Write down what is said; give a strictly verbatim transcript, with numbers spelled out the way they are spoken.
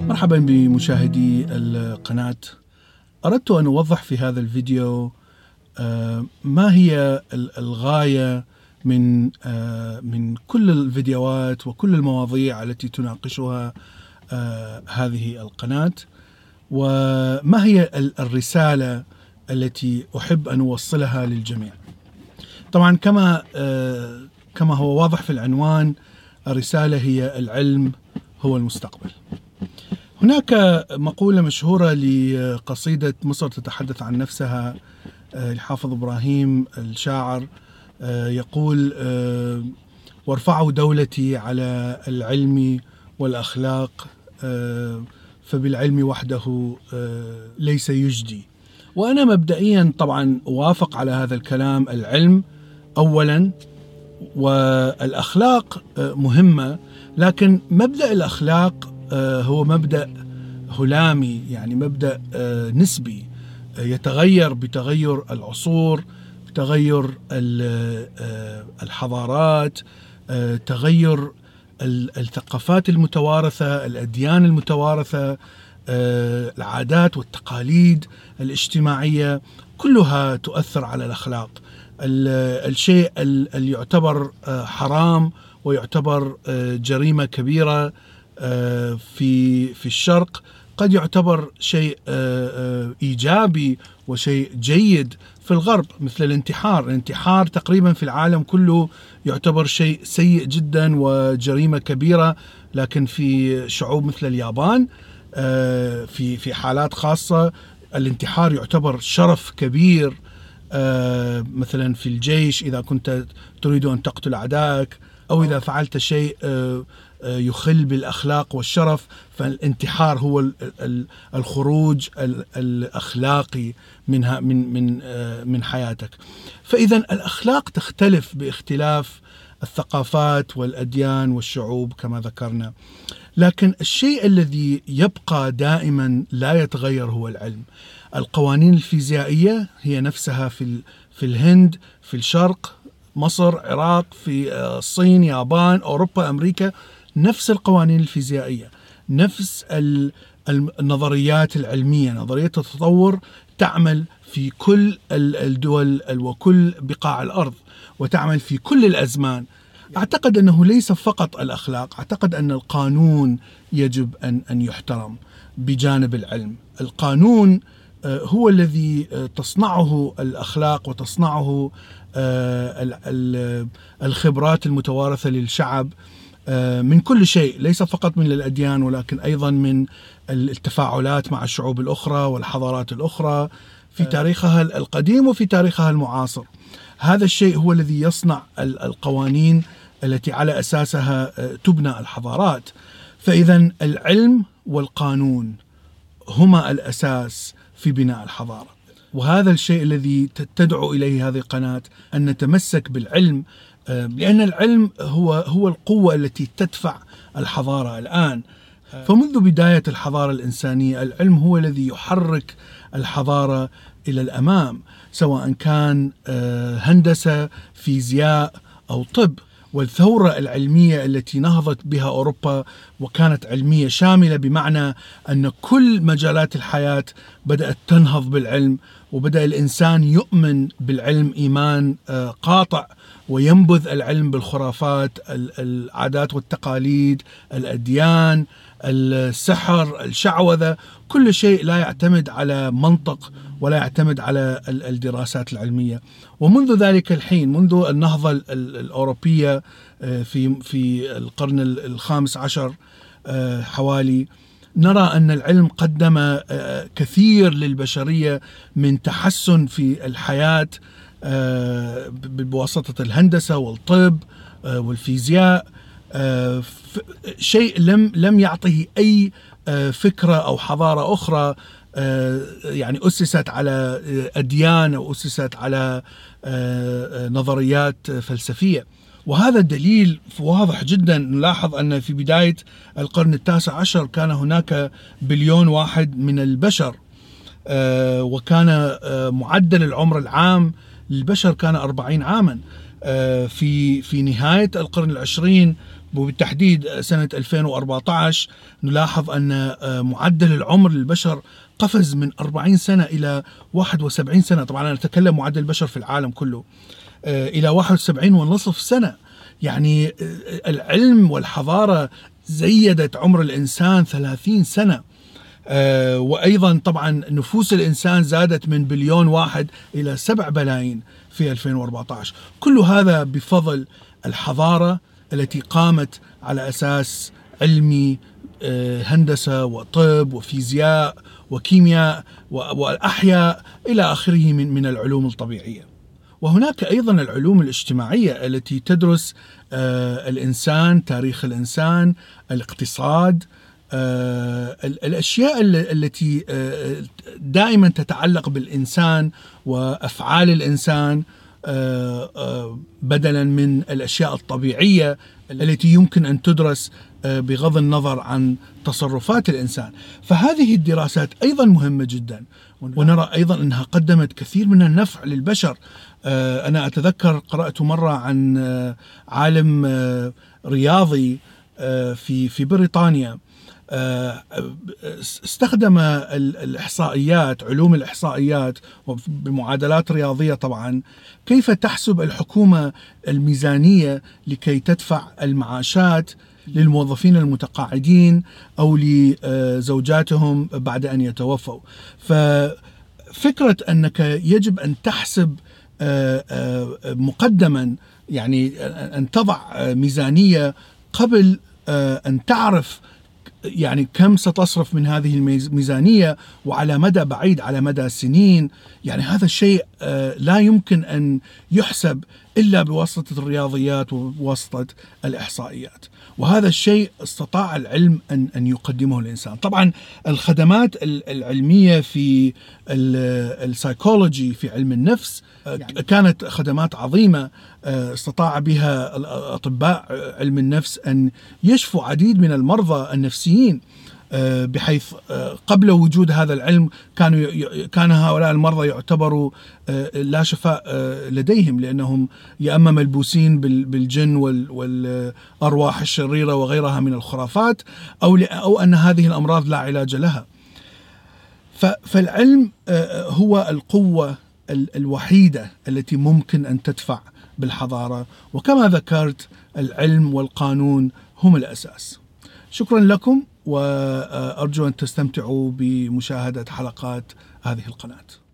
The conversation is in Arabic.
مرحبا بمشاهدي القناة. أردت أن أوضح في هذا الفيديو ما هي الغاية من من كل الفيديوهات وكل المواضيع التي تناقشها هذه القناة، وما هي الرسالة التي أحب أن أوصلها للجميع. طبعا كما كما هو واضح في العنوان، الرسالة هي العلم هو المستقبل. هناك مقولة مشهورة لقصيدة مصر تتحدث عن نفسها لحافظ إبراهيم الشاعر، يقول: وارفعوا دولتي على العلم والأخلاق، فبالعلم وحده ليس يجدي. وأنا مبدئيا طبعا أوافق على هذا الكلام. العلم أولا والأخلاق مهمة، لكن مبدأ الأخلاق هو مبدأ هلامي، يعني مبدأ نسبي يتغير بتغير العصور، بتغير الحضارات، تغير الثقافات المتوارثة، الأديان المتوارثة، العادات والتقاليد الاجتماعية، كلها تؤثر على الأخلاق. الشيء اللي يعتبر حرام ويعتبر جريمة كبيرة في في الشرق قد يعتبر شيء إيجابي وشيء جيد في الغرب، مثل الانتحار. الانتحار تقريبا في العالم كله يعتبر شيء سيء جدا وجريمة كبيرة، لكن في شعوب مثل اليابان في في حالات خاصة الانتحار يعتبر شرف كبير. مثلا في الجيش، إذا كنت تريد أن تقتل أعدائك أو إذا فعلت شيء يخل بالأخلاق والشرف، فالانتحار هو الخروج الأخلاقي منها من من من حياتك. فإذا الأخلاق تختلف باختلاف الثقافات والأديان والشعوب كما ذكرنا، لكن الشيء الذي يبقى دائما لا يتغير هو العلم. القوانين الفيزيائية هي نفسها في في الهند، في الشرق، مصر، عراق، في الصين، يابان، أوروبا، أمريكا، نفس القوانين الفيزيائية، نفس النظريات العلمية، نظرية التطور تعمل في كل الدول وكل بقاع الأرض، وتعمل في كل الأزمان. أعتقد أنه ليس فقط الأخلاق، أعتقد أن القانون يجب أن أن يحترم بجانب العلم. القانون هو الذي تصنعه الأخلاق وتصنعه الخبرات المتوارثة للشعب من كل شيء، ليس فقط من الأديان ولكن أيضا من التفاعلات مع الشعوب الأخرى والحضارات الأخرى في تاريخها القديم وفي تاريخها المعاصر. هذا الشيء هو الذي يصنع القوانين التي على أساسها تبنى الحضارات. فإذا العلم والقانون هما الأساس في بناء الحضارة، وهذا الشيء الذي تدعو إليه هذه القناة، أن نتمسك بالعلم، لأن العلم هو هو القوة التي تدفع الحضارة الآن. فمنذ بداية الحضارة الإنسانية العلم هو الذي يحرك الحضارة إلى الأمام، سواء كان هندسة، فيزياء أو طب. والثورة العلمية التي نهضت بها أوروبا وكانت علمية شاملة، بمعنى أن كل مجالات الحياة بدأت تنهض بالعلم، وبدأ الإنسان يؤمن بالعلم إيمان قاطع وينبذ العلم بالخرافات، العادات والتقاليد، الأديان، السحر، الشعوذة، كل شيء لا يعتمد على منطق ولا يعتمد على الدراسات العلمية. ومنذ ذلك الحين، منذ النهضة الأوروبية في في القرن الخامس عشر حوالي، نرى أن العلم قدم كثير للبشرية من تحسن في الحياة بواسطة الهندسة والطب والفيزياء، شيء لم لم يعطه أي فكرة أو حضارة أخرى يعني أسست على أديان أو أسست على نظريات فلسفية. وهذا الدليل واضح جدا. نلاحظ أن في بداية القرن التاسع عشر كان هناك بليون واحد من البشر، وكان معدل العمر العام للبشر كان أربعين عاما. في في نهاية القرن العشرين وبالتحديد سنة ألفين وأربعة عشر نلاحظ أن معدل العمر للبشر قفز من أربعين سنة إلى واحد وسبعين سنة. طبعا أنا أتكلم معدل البشر في العالم كله إلى واحد وسبعين ونصف سنة. يعني العلم والحضارة زيدت عمر الإنسان ثلاثين سنة. وأيضا طبعا نفوس الإنسان زادت من بليون واحد إلى سبع بلايين في ألفين وأربعة عشر. كل هذا بفضل الحضارة التي قامت على أساس علمي، هندسة وطب وفيزياء وكيمياء والأحياء إلى آخره من من العلوم الطبيعية. وهناك أيضا العلوم الاجتماعية التي تدرس الإنسان، تاريخ الإنسان، الاقتصاد، الأشياء التي دائما تتعلق بالإنسان وأفعال الإنسان بدلا من الأشياء الطبيعية التي يمكن أن تدرس بغض النظر عن تصرفات الإنسان. فهذه الدراسات أيضا مهمة جدا، ونرى أيضا أنها قدمت كثير من النفع للبشر. أنا أتذكر قرأت مرة عن عالم رياضي في في بريطانيا استخدم الإحصائيات، علوم الإحصائيات بمعادلات رياضية طبعا، كيف تحسب الحكومة الميزانية لكي تدفع المعاشات للموظفين المتقاعدين أو لزوجاتهم بعد أن يتوفوا. ففكرة أنك يجب أن تحسب مقدما، يعني أن تضع ميزانية قبل أن تعرف يعني كم ستصرف من هذه الميزانية وعلى مدى بعيد، على مدى سنين. يعني هذا الشيء لا يمكن أن يحسب إلا بواسطة الرياضيات وبواسطة الإحصائيات، وهذا الشيء استطاع العلم أن أن يقدمه الإنسان. طبعا الخدمات العلمية في السايكولوجي، في علم النفس، كانت خدمات عظيمة استطاع بها أطباء علم النفس أن يشفوا عديد من المرضى النفسيين، بحيث قبل وجود هذا العلم كانوا كان هؤلاء المرضى يعتبروا لا شفاء لديهم، لأنهم يا أما ملبوسين بالجن والأرواح الشريرة وغيرها من الخرافات، أو أو أن هذه الأمراض لا علاج لها. فالعلم هو القوة الوحيدة التي ممكن أن تدفع بالحضارة، وكما ذكرت العلم والقانون هم الأساس. شكرا لكم، وأرجو أن تستمتعوا بمشاهدة حلقات هذه القناة.